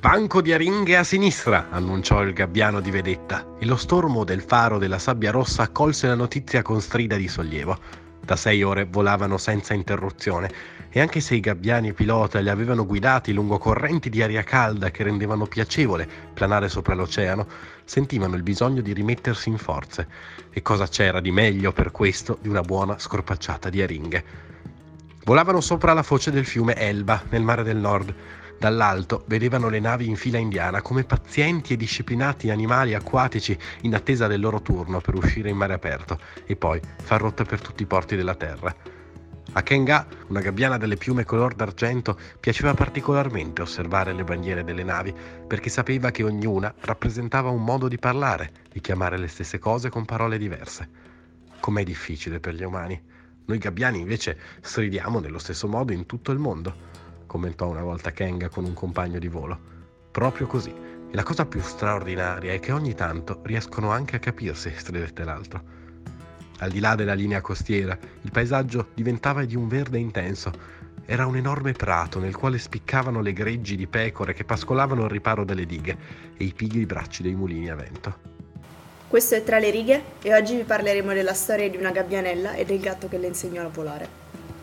Banco di aringhe a sinistra, annunciò il gabbiano di vedetta, e lo stormo del faro della sabbia rossa accolse la notizia con strida di sollievo. Da 6 ore volavano senza interruzione, e anche se i gabbiani pilota li avevano guidati lungo correnti di aria calda che rendevano piacevole planare sopra l'oceano, sentivano il bisogno di rimettersi in forze. E cosa c'era di meglio per questo di una buona scorpacciata di aringhe? Volavano sopra la foce del fiume Elba, nel mare del nord. Dall'alto vedevano le navi in fila indiana come pazienti e disciplinati animali acquatici in attesa del loro turno per uscire in mare aperto e poi far rotta per tutti i porti della terra. A Kenga, una gabbiana dalle piume color d'argento, piaceva particolarmente osservare le bandiere delle navi perché sapeva che ognuna rappresentava un modo di parlare, di chiamare le stesse cose con parole diverse. Com'è difficile per gli umani. Noi gabbiani invece stridiamo nello stesso modo in tutto il mondo, commentò una volta Kenga con un compagno di volo. Proprio così. E la cosa più straordinaria è che ogni tanto riescono anche a capirsi, stridette l'altro. Al di là della linea costiera, il paesaggio diventava di un verde intenso. Era un enorme prato nel quale spiccavano le greggi di pecore che pascolavano al riparo delle dighe e i pigri bracci dei mulini a vento. Questo è Tra le righe e oggi vi parleremo della storia di una gabbianella e del gatto che le insegnò a volare.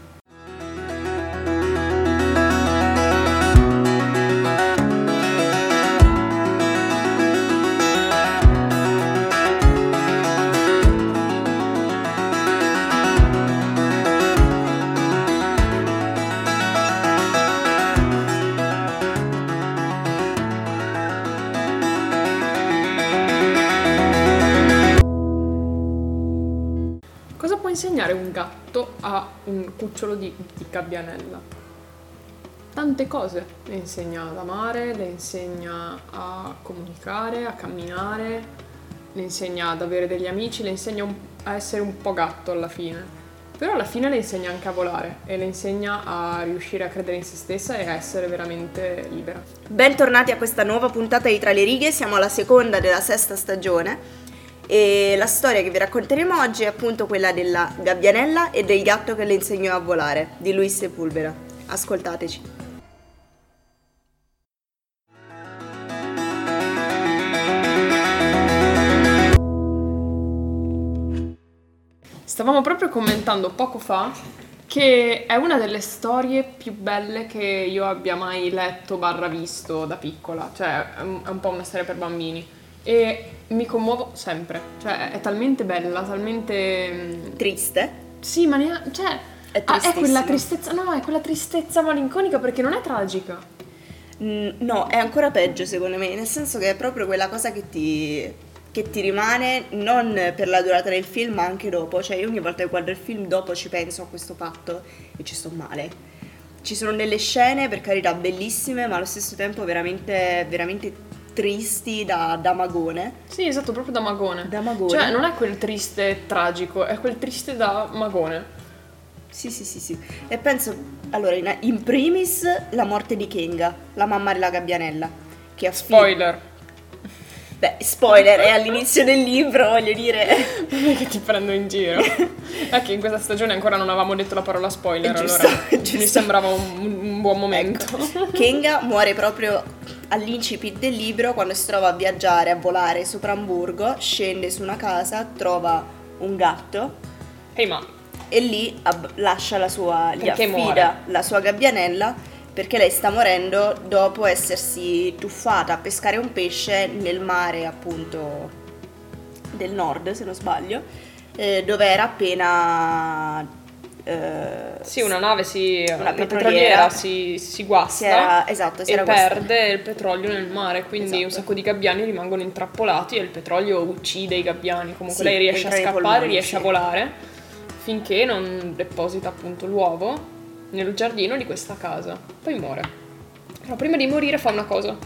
Cosa può insegnare un gatto a un cucciolo di gabbianella? Tante cose. Le insegna ad amare, le insegna a comunicare, a camminare, le insegna ad avere degli amici, le insegna a essere un po' gatto alla fine. Però alla fine le insegna anche a volare e le insegna a riuscire a credere in se stessa e a essere veramente libera. Bentornati a questa nuova puntata di Tra le righe, siamo alla seconda della 6ª stagione. E la storia che vi racconteremo oggi è appunto quella della gabbianella e del gatto che le insegnò a volare, di Luis Sepulveda. Ascoltateci. Stavamo proprio commentando poco fa che è una delle storie più belle che io abbia mai letto / visto da piccola, cioè è un po' una storia per bambini. E mi commuovo sempre, cioè è talmente bella, talmente... Triste? Sì, ma cioè, È è quella tristissima. tristezza, no, è quella tristezza malinconica perché non è tragica. No, è ancora peggio secondo me, nel senso che è proprio quella cosa che ti rimane non per la durata del film ma anche dopo. Cioè io ogni volta che guardo il film dopo ci penso a questo fatto e ci sto male. Ci sono delle scene, per carità, bellissime, ma allo stesso tempo veramente, veramente tristi da magone. Sì, esatto, proprio da magone. Da magone. Cioè non è quel triste tragico, è quel triste da magone. Sì. E penso, allora, in primis la morte di Kenga, la mamma della gabbianella, che Spoiler. Beh, spoiler, è all'inizio del libro, voglio dire. Non è che ti prendo in giro. È che in questa stagione ancora non avevamo detto la parola spoiler, Giusto, allora giusto. mi sembrava un buon momento. Ecco. Kenga muore proprio all'incipit del libro quando si trova a viaggiare, a volare sopra Amburgo, scende su una casa, trova un gatto Ehi, ma e lì lascia gli Perché affida muore? la sua gabbianella perché lei sta morendo dopo essersi tuffata a pescare un pesce nel mare appunto del nord, se non sbaglio, dove era appena sì, una nave una una petroliera petroliera si guasta si e era perde il petrolio nel mare, quindi Esatto. un sacco di gabbiani rimangono intrappolati e il petrolio uccide i gabbiani. Comunque Sì, lei riesce a entra nei scappare, polmoni, riesce sì. a volare finché non deposita appunto l'uovo nel giardino di questa casa. Poi muore. Però prima di morire fa una cosa.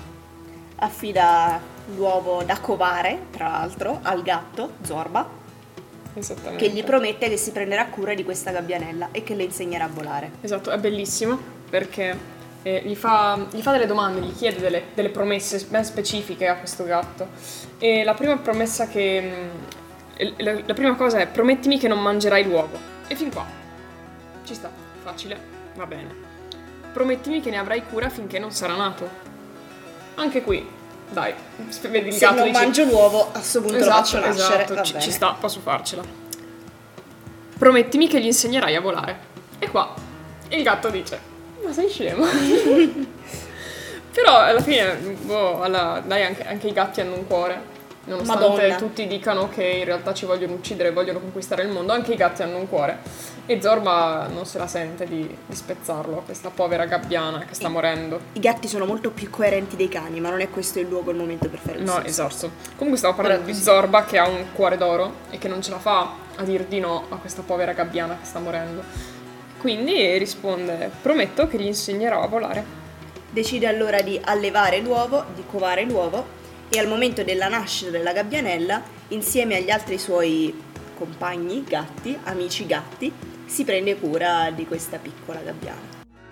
affida l'uovo da covare, tra l'altro, al gatto, Zorba, Esattamente. che gli promette che si prenderà cura di questa gabbianella e che le insegnerà a volare. Esatto, è bellissimo perché gli fa delle domande, gli chiede delle promesse ben specifiche a questo gatto. E la prima promessa la prima cosa è: promettimi che non mangerai l'uovo. E fin qua ci sta, facile, va bene. Promettimi che ne avrai cura finché non sarà nato. Anche qui, dai, vedi il Se gatto non dici, mangio l'uovo, a sto punto lo faccio nascere. Va ci bene. sta, posso farcela. Promettimi che gli insegnerai a volare. E qua il gatto dice, ma sei scemo? Però alla fine, dai, anche i gatti hanno un cuore. Nonostante Madonna. tutti dicano che in realtà ci vogliono uccidere e vogliono conquistare il mondo, anche i gatti hanno un cuore. E Zorba non se la sente di spezzarlo, questa povera gabbiana che sta morendo. I gatti sono molto più coerenti dei cani, ma non è questo il luogo, il momento per fare il No, sesso. esatto. Comunque stavo parlando di Zorba che ha un cuore d'oro e che non ce la fa a dir di no a questa povera gabbiana che sta morendo. Quindi risponde, prometto che gli insegnerò a volare. Decide allora di allevare l'uovo, di covare l'uovo, e al momento della nascita della gabbianella, insieme agli altri suoi compagni gatti, amici gatti, si prende cura di questa piccola gabbiana.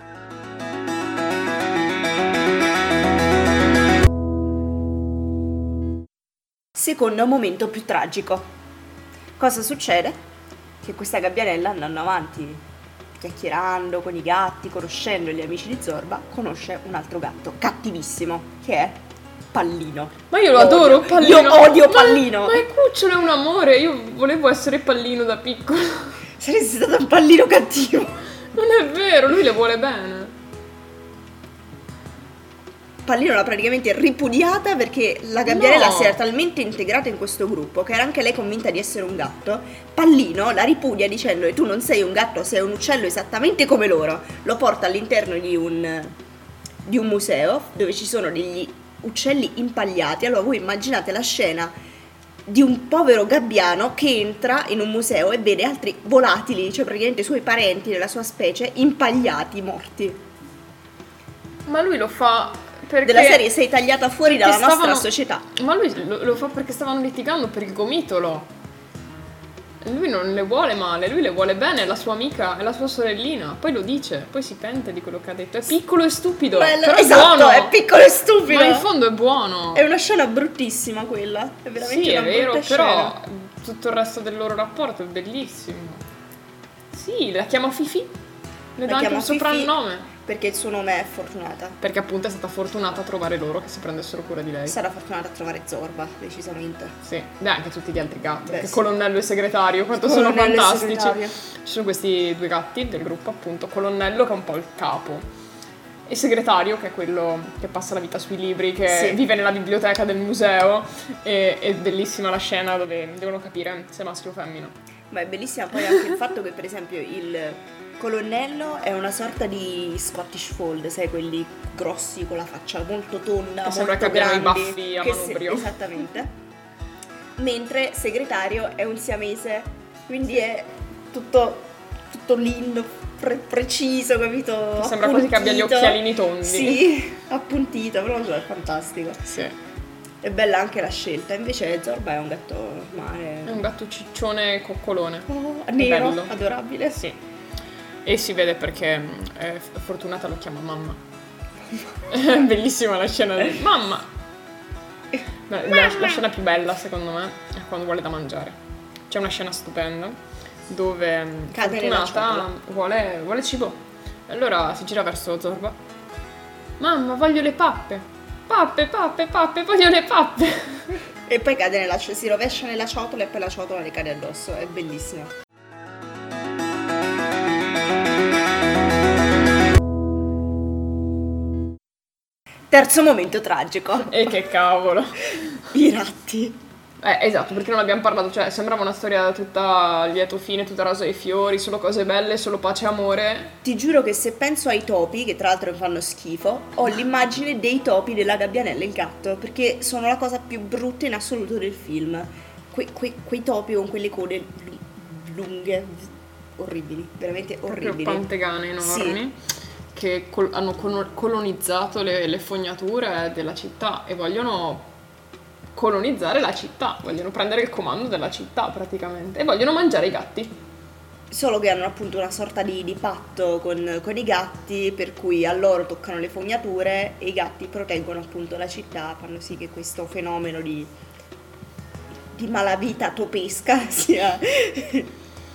Secondo momento più tragico. Cosa succede? Che questa gabbianella, andando avanti, chiacchierando con i gatti, conoscendo gli amici di Zorba, conosce un altro gatto cattivissimo, che è Pallino. Ma io lo adoro, odio. Pallino. Io odio Pallino. Ma il cucciolo è un amore, io volevo essere Pallino da piccolo. Saresti stato un Pallino cattivo. Non è vero, lui le vuole bene. Pallino l'ha praticamente ripudiata perché la gabbianella No. si era talmente integrata in questo gruppo che era anche lei convinta di essere un gatto. Pallino la ripudia dicendo che tu non sei un gatto, sei un uccello esattamente come loro. Lo porta all'interno di un museo dove ci sono degli uccelli impagliati. Allora voi immaginate la scena di un povero gabbiano che entra in un museo e vede altri volatili, cioè praticamente i suoi parenti della sua specie, impagliati, morti. Ma lui lo fa perché... Della serie sei tagliata fuori perché dalla nostra stavano- società. Ma lui lo fa perché stavano litigando per il gomitolo. Lui non le vuole male, lui le vuole bene, è la sua amica, è la sua sorellina. Poi lo dice, poi si pente di quello che ha detto. È piccolo e stupido, Bello, però esatto, è buono. è piccolo e stupido. Ma in fondo è buono. È una scena bruttissima quella. È veramente Sì, una è vero, brutta però scena. tutto il resto del loro rapporto è bellissimo. Sì, la chiama Fifi. Le dà La anche chiama un Fifi soprannome. Perché il suo nome è Fortunata. Perché appunto è stata fortunata a trovare loro che si prendessero cura di lei. Sarà fortunata a trovare Zorba, decisamente. Sì, e anche tutti gli altri gatti. Beh, Che sì. Colonnello e Segretario, quanto sono Colonnello e fantastici. Segretario. Ci sono questi due gatti del gruppo, appunto. Colonnello che è un po' il capo. E Segretario che è quello che passa la vita sui libri, che Sì. vive nella biblioteca del museo. E è bellissima la scena dove devono capire se è maschio o femmina. Ma è bellissima poi anche il fatto che per esempio il colonnello è una sorta di Scottish Fold, sai, quelli grossi con la faccia molto tonda, Che sembra molto che abbiano i grandi, baffi a che manubrio. esattamente. Mentre Segretario è un siamese, quindi è tutto lindo, preciso, capito? Che sembra quasi che abbia gli Appuntito. occhialini tondi. Sì, appuntito, però è fantastico. Sì. È bella anche la scelta, invece Zorba è un gatto È normale. un gatto ciccione coccolone. Oh, Che nero, bello. adorabile. Sì. E si vede perché Fortunata lo chiama mamma. È bellissima la scena di mamma. No, la scena più bella secondo me è quando vuole da mangiare. C'è una scena stupenda dove Cade nella Fortunata vuole cibo. E allora si gira verso Zorba. Mamma, voglio le pappe. Pappe, voglio le pappe. E poi cade si rovescia nella ciotola e poi la ciotola le cade addosso, è bellissimo. Terzo momento tragico. E che cavolo. I ratti. Esatto, perché non abbiamo parlato, cioè sembrava una storia tutta a lieto fine, tutta rasa e fiori, solo cose belle, solo pace e amore. Ti giuro che se penso ai topi, che tra l'altro mi fanno schifo, ho l'immagine dei topi della gabbianella e il gatto, perché sono la cosa più brutta in assoluto del film. Quei topi con quelle code lunghe, orribili, veramente Proprio orribili. pantegane enormi. Che hanno colonizzato le fognature della città e vogliono colonizzare la città, vogliono prendere il comando della città praticamente e vogliono mangiare i gatti. Solo che hanno appunto una sorta di patto con i gatti, per cui a loro toccano le fognature e i gatti proteggono appunto la città, fanno sì che questo fenomeno di malavita topesca sia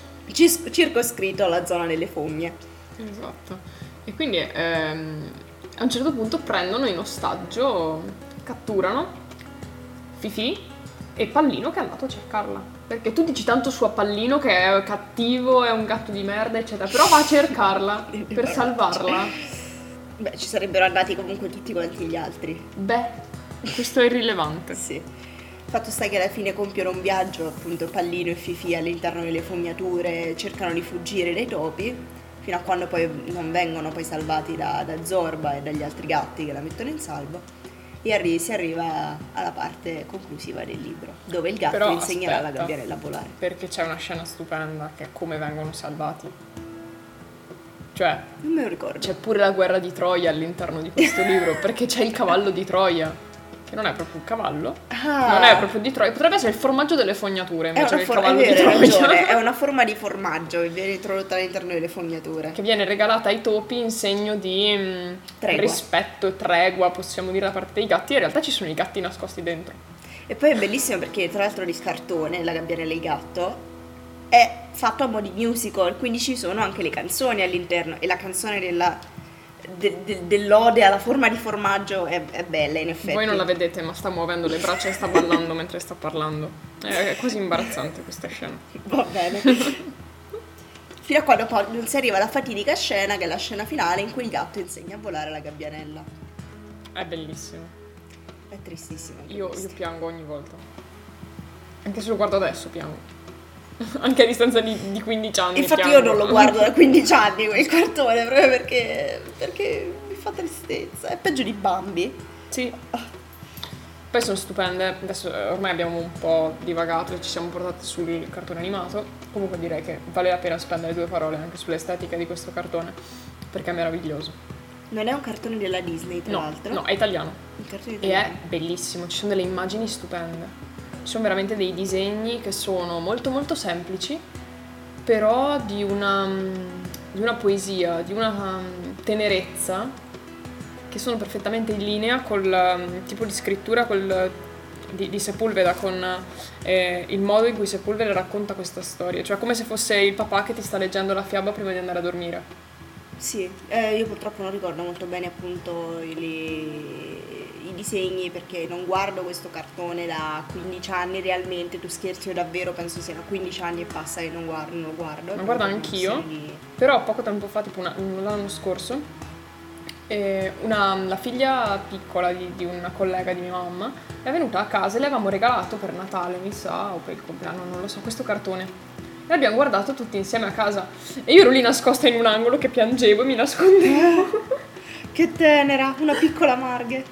circoscritto alla zona delle fogne. Esatto. E quindi A un certo punto prendono in ostaggio, catturano Fifi e Pallino che è andato a cercarla. Perché tu dici tanto su a Pallino che è cattivo, è un gatto di merda, eccetera, però va a cercarla per salvarla. Beh, ci sarebbero andati comunque tutti quanti gli altri. Beh, questo è irrilevante. Sì. Fatto sta che alla fine compiono un viaggio, appunto Pallino e Fifi all'interno delle fognature cercano di fuggire dai topi, fino a quando poi non vengono poi salvati da Zorba e dagli altri gatti che la mettono in salvo. E si arriva alla parte conclusiva del libro, dove il gatto Però insegnerà alla aspetta, gabbianella a volare. Perché c'è una scena stupenda che è come vengono salvati. Cioè, Non me lo ricordo. c'è pure la guerra di Troia all'interno di questo libro, perché c'è il cavallo di Troia, che non è proprio un cavallo, non è proprio di Troia, potrebbe essere il formaggio delle fognature invece che il cavallo di Troia. Ragione, è una forma di formaggio che viene introdotta all'interno delle fognature. Che viene regalata ai topi in segno di rispetto e tregua, possiamo dire, da parte dei gatti. In realtà ci sono i gatti nascosti dentro. E poi è bellissimo perché tra l'altro di scartone, la gabbianella e il gatto, è fatto a mo' di musical, quindi ci sono anche le canzoni all'interno e la canzone dell'ode alla forma di formaggio è bella in effetti. Voi non la vedete, ma sta muovendo le braccia e sta ballando mentre sta parlando. È quasi imbarazzante questa scena. Va bene. Fino a quando poi non si arriva alla fatidica scena, che è la scena finale in cui il gatto insegna a volare la gabbianella. È bellissimo. È tristissimo. Io piango ogni volta. Anche se lo guardo adesso piango. Anche a distanza di 15 anni. Infatti piango. io non lo guardo da 15 anni quel cartone, proprio perché mi fa tristezza. È peggio di Bambi. Sì. Poi sono stupende. Adesso ormai abbiamo un po' divagato e ci siamo portati sul cartone animato. Comunque direi che vale la pena spendere 2 parole anche sull'estetica di questo cartone, perché è meraviglioso. Non è un cartone della Disney, tra l'altro. No, è italiano. Un cartone E è bellissimo, ci sono delle immagini stupende. Ci sono veramente dei disegni che sono molto molto semplici, però di una poesia, di una tenerezza, che sono perfettamente in linea col tipo di scrittura di Sepulveda, con il modo in cui Sepulveda racconta questa storia, cioè come se fosse il papà che ti sta leggendo la fiaba prima di andare a dormire. Sì, io purtroppo non ricordo molto bene appunto i disegni, perché non guardo questo cartone da 15 anni realmente. Tu scherzi o davvero? Penso siano 15 anni e passa che non lo guardo. Non guardo anch'io, però poco tempo fa, tipo l'anno scorso, la figlia piccola di una collega di mia mamma è venuta a casa e le avevamo regalato per Natale, mi sa, o per il compleanno, non lo so, questo cartone. E l'abbiamo guardato tutti insieme a casa. E io ero lì nascosta in un angolo che piangevo e mi nascondevo. Che tenera, una piccola Marghe.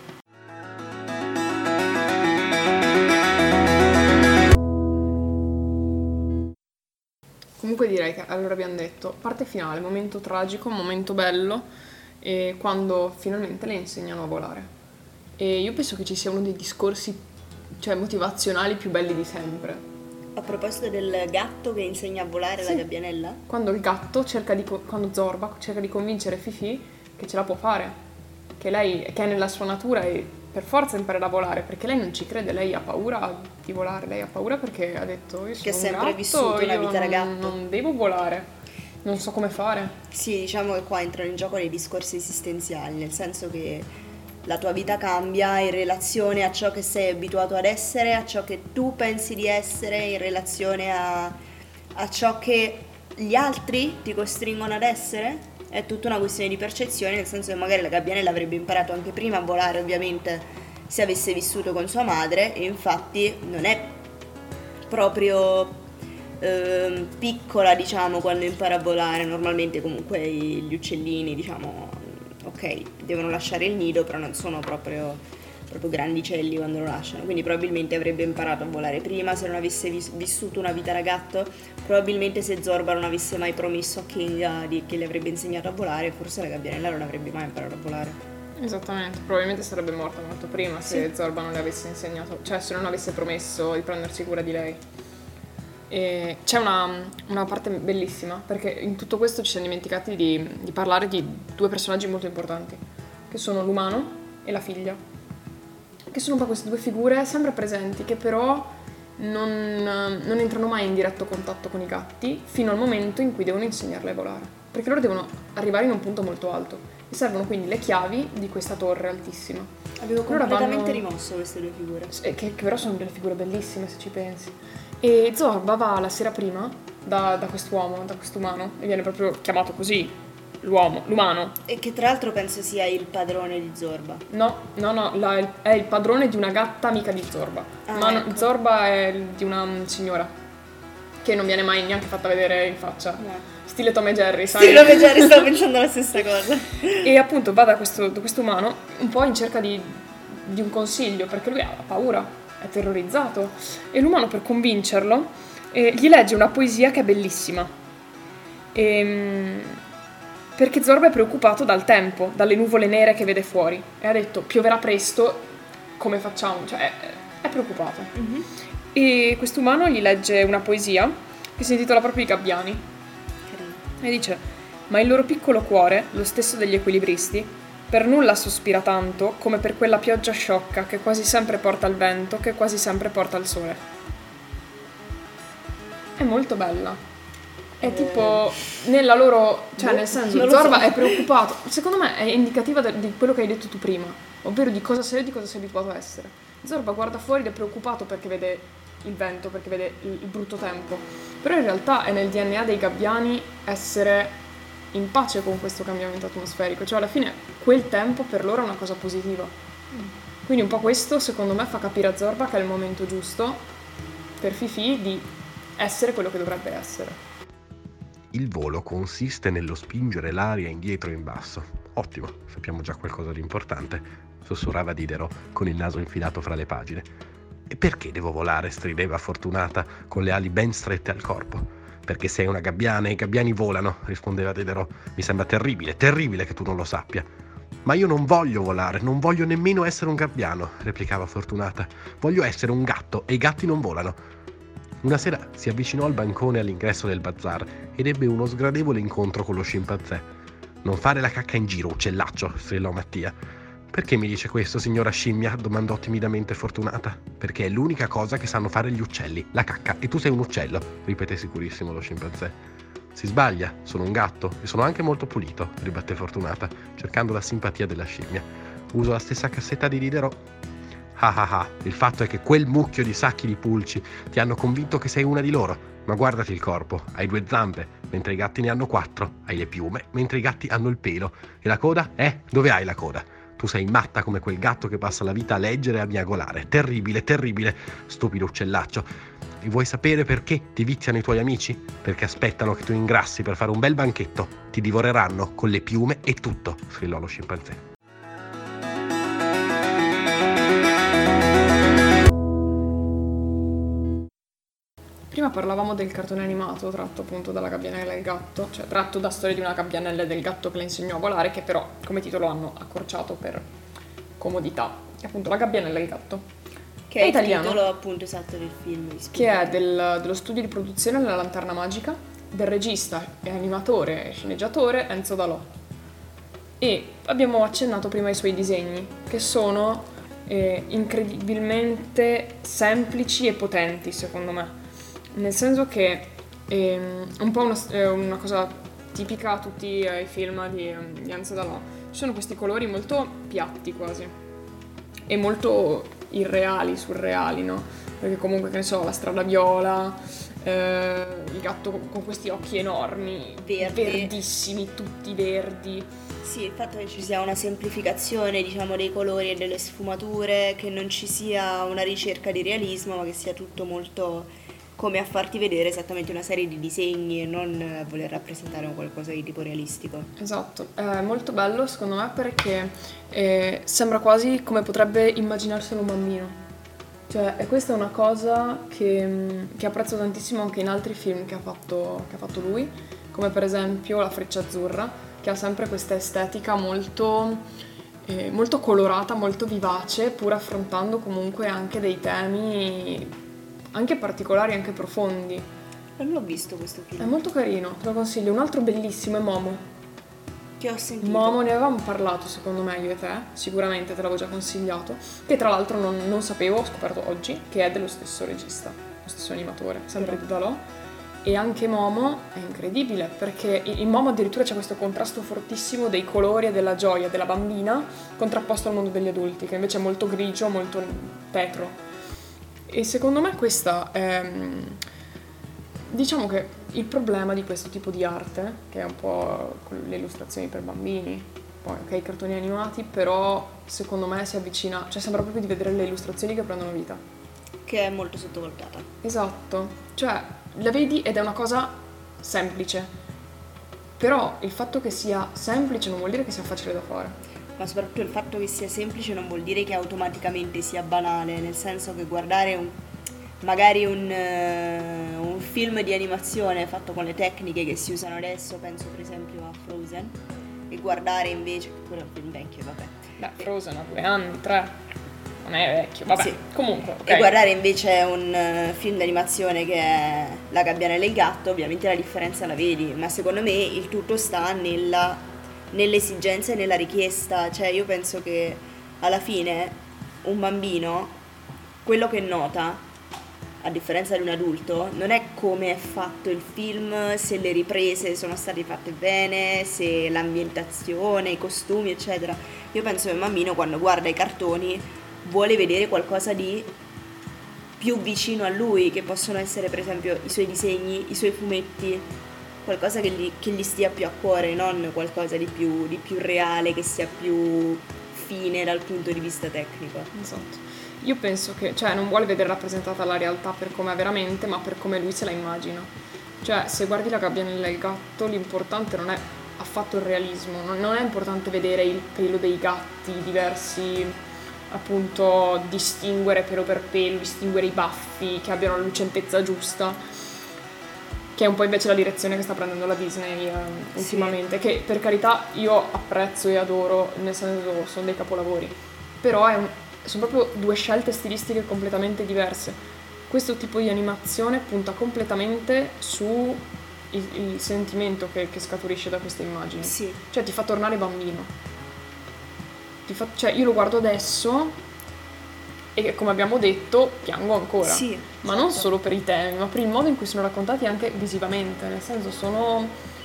Comunque direi che allora abbiamo detto, parte finale, momento tragico, momento bello, e quando finalmente le insegnano a volare. E io penso che ci sia uno dei discorsi, cioè, motivazionali più belli di sempre. A proposito del gatto che insegna a volare la gabbianella? Quando il gatto quando Zorba cerca di convincere Fifi che ce la può fare, che è nella sua natura e per forza imparerà a volare, perché lei non ci crede, lei ha paura di volare, lei ha paura perché ha detto io sono che ha sempre un gatto, vissuto una vita da gatto. Non devo volare, non so come fare. Sì, diciamo che qua entrano in gioco dei discorsi esistenziali, nel senso che la tua vita cambia in relazione a ciò che sei abituato ad essere, a ciò che tu pensi di essere, in relazione a ciò che gli altri ti costringono ad essere. È tutta una questione di percezione, nel senso che magari la gabbianella avrebbe imparato anche prima a volare, ovviamente, se avesse vissuto con sua madre, e infatti non è proprio piccola, diciamo, quando impara a volare. Normalmente comunque gli uccellini, diciamo, ok, devono lasciare il nido, però non sono proprio grandicelli quando lo lasciano, quindi probabilmente avrebbe imparato a volare prima se non avesse vissuto una vita da gatto. Probabilmente se Zorba non avesse mai promesso a Kinga che le avrebbe insegnato a volare, forse la gabbianella non avrebbe mai imparato a volare. Esattamente, probabilmente sarebbe morta molto prima se Zorba non le avesse insegnato, cioè se non avesse promesso di prendersi cura di lei. E c'è una parte bellissima, perché in tutto questo ci siamo dimenticati di parlare di 2 personaggi molto importanti, che sono l'umano e la figlia, che sono un po' queste 2 figure sempre presenti, che però non entrano mai in diretto contatto con i gatti fino al momento in cui devono insegnarle a volare, perché loro devono arrivare in un punto molto alto e servono quindi le chiavi di questa torre altissima. Avevo Allora completamente vanno- rimosso queste due figure. che però sono delle figure bellissime se ci pensi. E Zorba va la sera prima da quest'uomo, da quest'umano, e viene proprio chiamato così, l'umano. E che tra l'altro penso sia il padrone di Zorba. No, è il padrone di una gatta amica di Zorba. Ah, Ma ecco. Zorba è di una signora che non viene mai neanche fatta vedere in faccia. No. Stile Tom e Jerry, sai? Sì, Tom e Jerry, stavo pensando la stessa cosa. E appunto va da questo umano un po' in cerca di un consiglio, perché lui ha paura, è terrorizzato. E l'umano, per convincerlo, gli legge una poesia che è bellissima. Perché Zorba è preoccupato dal tempo, dalle nuvole nere che vede fuori. E ha detto, pioverà presto, come facciamo? Cioè, è preoccupato. Mhm. E quest'umano gli legge una poesia che si intitola proprio I Gabbiani. Carino. E dice: ma il loro piccolo cuore, lo stesso degli equilibristi, per nulla sospira tanto come per quella pioggia sciocca che quasi sempre porta il vento, che quasi sempre porta il sole. È molto bella. È tipo nella loro, cioè boh, nel senso, non lo Zorba so. è preoccupato. Secondo me è indicativa di quello che hai detto tu prima, ovvero di cosa sei e di cosa sei abituato a essere. Zorba guarda fuori ed è preoccupato perché vede il vento, perché vede il brutto tempo. Però in realtà è nel DNA dei gabbiani essere in pace con questo cambiamento atmosferico, cioè alla fine quel tempo per loro è una cosa positiva. Quindi un po' questo secondo me fa capire a Zorba che è il momento giusto per Fifi di essere quello che dovrebbe essere. Il volo consiste nello spingere l'aria indietro e in basso. Ottimo, sappiamo già qualcosa di importante, sussurrava Diderot con il naso infilato fra le pagine. E perché devo volare? Strideva Fortunata con le ali ben strette al corpo. Perché sei una gabbiana e i gabbiani volano, rispondeva Diderot. Mi sembra terribile, terribile che tu non lo sappia. Ma io non voglio volare, non voglio nemmeno essere un gabbiano, replicava Fortunata. Voglio essere un gatto e i gatti non volano. Una sera si avvicinò al bancone all'ingresso del bazar ed ebbe uno sgradevole incontro con lo scimpanzé. Non fare la cacca in giro, uccellaccio, strillò Mattia. Perché mi dice questo, signora scimmia? Domandò timidamente Fortunata. Perché è l'unica cosa che sanno fare gli uccelli, la cacca, e tu sei un uccello, ripeté sicurissimo lo scimpanzé. Si sbaglia, sono un gatto e sono anche molto pulito, ribatté Fortunata, cercando la simpatia della scimmia. Uso la stessa cassetta di Diderot. Ah ah ah, il fatto è che quel mucchio di sacchi di pulci ti hanno convinto che sei una di loro. Ma guardati il corpo, hai 2 zampe, mentre i gatti ne hanno 4, hai le piume, mentre i gatti hanno il pelo. E la coda? Dove hai la coda? Tu sei matta come quel gatto che passa la vita a leggere e a miagolare. Terribile, terribile, stupido uccellaccio. E vuoi sapere perché ti viziano i tuoi amici? Perché aspettano che tu ingrassi per fare un bel banchetto. Ti divoreranno con le piume e tutto, strillò lo scimpanzé. Prima parlavamo del cartone animato tratto appunto dalla Gabbianella e il gatto, cioè tratto da Storia di una Gabbianella e del gatto che le insegnò a volare, che però come titolo hanno accorciato per comodità. E appunto La Gabbianella e il gatto. Che È è il italiano. titolo appunto esatto del film. di Che Spielberg. è dello studio di produzione La Lanterna Magica, del regista e animatore e sceneggiatore Enzo Dalò. E abbiamo accennato prima ai suoi disegni, che sono incredibilmente semplici e potenti, secondo me. Nel senso che è un po' una cosa tipica a tutti i film di Enzo Dalò. Ci sono questi colori molto piatti quasi e molto irreali, surreali, no? Perché comunque, che ne so, la strada viola, il gatto con questi occhi enormi, Verdi. verdissimi, tutti verdi. Sì, il fatto che ci sia una semplificazione, diciamo, dei colori e delle sfumature, che non ci sia una ricerca di realismo, ma che sia tutto molto come a farti vedere esattamente una serie di disegni e non voler rappresentare un qualcosa di tipo realistico. Esatto, è molto bello secondo me perché sembra quasi come potrebbe immaginarselo un bambino. Cioè, e questa è una cosa che apprezzo tantissimo anche in altri film che ha fatto lui, come per esempio La Freccia Azzurra, che ha sempre questa estetica molto colorata, molto vivace, pur affrontando comunque anche dei temi anche particolari, anche profondi. Non l'ho visto questo È film, molto carino, te lo consiglio. Un altro bellissimo è Momo. che ho sentito. Momo, ne avevamo parlato secondo me io e te, sicuramente te l'avevo già consigliato, che tra l'altro non sapevo, ho scoperto oggi, che è dello stesso regista, lo stesso animatore, sempre di Dalò. E anche Momo è incredibile, perché in Momo addirittura c'è questo contrasto fortissimo dei colori e della gioia della bambina contrapposto al mondo degli adulti, che invece è molto grigio, molto tetro. E secondo me questa è, diciamo che il problema di questo tipo di arte, che è un po' le illustrazioni per bambini, poi ok, i cartoni animati, però secondo me si avvicina, cioè sembra proprio di vedere le illustrazioni che prendono vita. Che è molto sottovalutata. Esatto, cioè la vedi ed è una cosa semplice, però il fatto che sia semplice non vuol dire che sia facile da fare. Ma soprattutto il fatto che sia semplice non vuol dire che automaticamente sia banale, nel senso che guardare magari un film di animazione fatto con le tecniche che si usano adesso, penso per esempio a Frozen, e guardare invece, quello è un film vecchio, vabbè. Beh, Frozen ha 2 anni, 3, non è vecchio, vabbè, Sì. comunque, ok. E guardare invece un film d'animazione che è La Gabbianella e il Gatto, ovviamente la differenza la vedi, ma secondo me il tutto sta nell'esigenza e nella richiesta. Cioè io penso che alla fine un bambino, quello che nota, a differenza di un adulto, non è come è fatto il film, se le riprese sono state fatte bene, se l'ambientazione, i costumi, eccetera. Io penso che un bambino quando guarda i cartoni vuole vedere qualcosa di più vicino a lui, che possono essere per esempio i suoi disegni, i suoi fumetti, qualcosa che gli stia più a cuore, non qualcosa di più reale, che sia più fine dal punto di vista tecnico. Esatto. Io penso che, cioè, non vuole vedere rappresentata la realtà per com'è veramente, ma per come lui se la immagina. Cioè, se guardi La Gabbianella e il Gatto, l'importante non è affatto il realismo, non è importante vedere il pelo dei gatti diversi, appunto distinguere pelo per pelo, distinguere i baffi, che abbiano la lucentezza giusta, che è un po' invece la direzione che sta prendendo la Disney ultimamente, che per carità io apprezzo e adoro, nel senso sono dei capolavori, però sono proprio due scelte stilistiche completamente diverse. Questo tipo di animazione punta completamente su il sentimento che scaturisce da queste immagini. Sì. Cioè ti fa tornare bambino. Cioè io lo guardo adesso e come abbiamo detto piango ancora. Sì, ma non solo per i temi, ma per il modo in cui sono raccontati anche visivamente, nel senso sono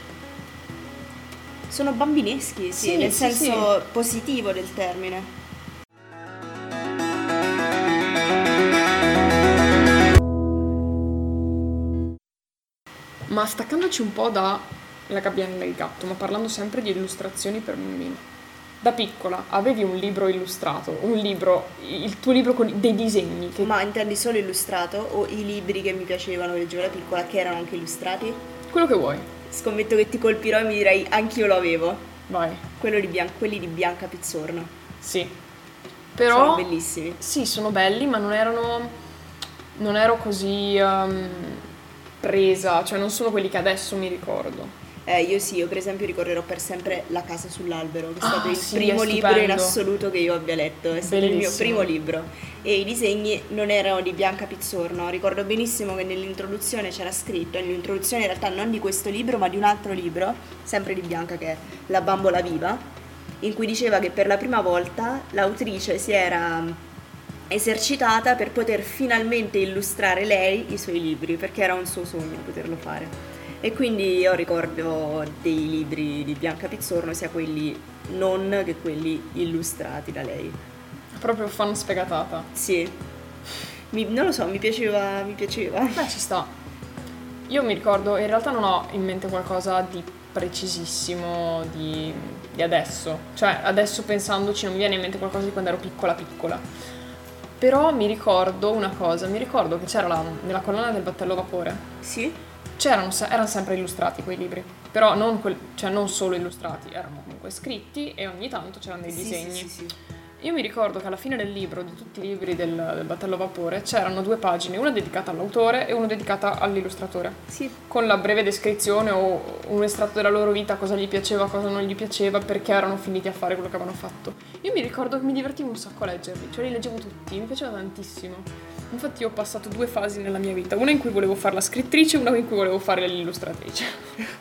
bambineschi, sì, nel senso positivo del termine. Ma staccandoci un po' da La Gabbianella e il Gatto, ma parlando sempre di illustrazioni per bambini. Da piccola avevi un libro illustrato, il tuo libro con dei disegni che... Ma intendi solo illustrato o i libri che mi piacevano, che leggevo da piccola, che erano anche illustrati? Quello che vuoi. Scommetto che ti colpirò e mi dirai anch'io lo avevo. Vai. Quelli di Bianca Pizzorno. Sì. Però... sono bellissimi. Sì, sono belli, ma non ero così presa, cioè non sono quelli che adesso mi ricordo. Io per esempio ricorderò per sempre La casa sull'albero, che è stato il sì, primo è libro in stupendo. assoluto che io abbia letto, è stato il mio primo libro. E i disegni non erano di Bianca Pizzorno, ricordo benissimo che nell'introduzione c'era scritto, nell'introduzione in realtà non di questo libro ma di un altro libro, sempre di Bianca, che è La bambola viva, in cui diceva che per la prima volta l'autrice si era esercitata per poter finalmente illustrare lei i suoi libri, perché era un suo sogno poterlo fare. E quindi io ricordo dei libri di Bianca Pizzorno, sia quelli non che quelli illustrati da lei. Proprio fan sfegatata. Sì, non lo so, mi piaceva. Beh, ci sta. Io mi ricordo, in realtà non ho in mente qualcosa di precisissimo di adesso. Cioè, adesso pensandoci non mi viene in mente qualcosa di quando ero piccola. Però mi ricordo una cosa, mi ricordo che c'era nella collana del Battello Vapore. Sì? Erano sempre illustrati quei libri, però non solo illustrati, erano comunque scritti e ogni tanto c'erano dei disegni. Sì. Io mi ricordo che alla fine del libro, di tutti i libri del Battello Vapore, c'erano 2 pagine, una dedicata all'autore e una dedicata all'illustratore. Sì. Con la breve descrizione o un estratto della loro vita, cosa gli piaceva, cosa non gli piaceva, perché erano finiti a fare quello che avevano fatto. Io mi ricordo che mi divertivo un sacco a leggerli, cioè li leggevo tutti, mi piaceva tantissimo. Infatti io ho passato 2 fasi nella mia vita, una in cui volevo fare la scrittrice e una in cui volevo fare l'illustratrice.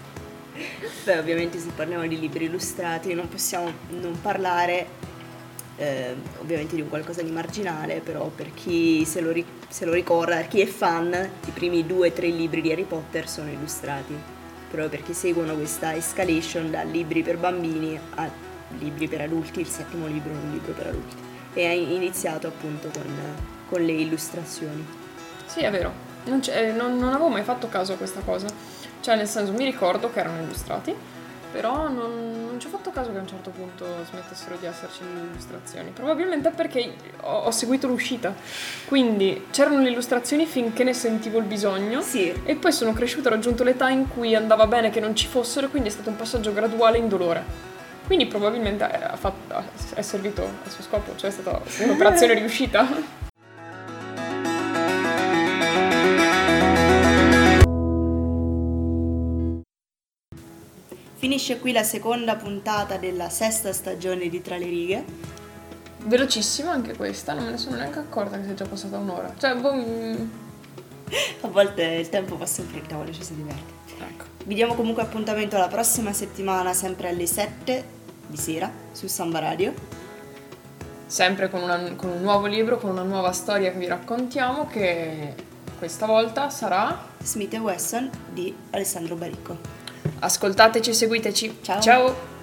Beh, ovviamente se parliamo di libri illustrati non possiamo non parlare ovviamente di un qualcosa di marginale, però per chi se lo ricorda, per chi è fan, i primi 2-3 libri di Harry Potter sono illustrati, proprio perché seguono questa escalation da libri per bambini a libri per adulti. Il 7° libro è un libro per adulti e è iniziato appunto con le illustrazioni. Sì, è vero, non avevo mai fatto caso a questa cosa, cioè nel senso mi ricordo che erano illustrati, però non ci ho fatto caso che a un certo punto smettessero di esserci le illustrazioni, probabilmente perché ho seguito l'uscita, quindi c'erano le illustrazioni finché ne sentivo il bisogno, Sì. E poi sono cresciuta, ho raggiunto l'età in cui andava bene che non ci fossero, quindi è stato un passaggio graduale indolore. Quindi probabilmente è servito al suo scopo, cioè è stata un'operazione riuscita. Finisce qui la seconda puntata della 6ª stagione di Tra le righe. Velocissima anche questa, non me ne sono neanche accorta che sia già passata un'ora. Cioè, A volte il tempo passa in fretta quando ci si diverte. ecco. Vi diamo comunque appuntamento la prossima settimana, sempre alle 7 di sera, su Samba Radio. Sempre con un nuovo libro, con una nuova storia che vi raccontiamo, che questa volta sarà Smith & Wesson di Alessandro Baricco. Ascoltateci e seguiteci. Ciao. Ciao.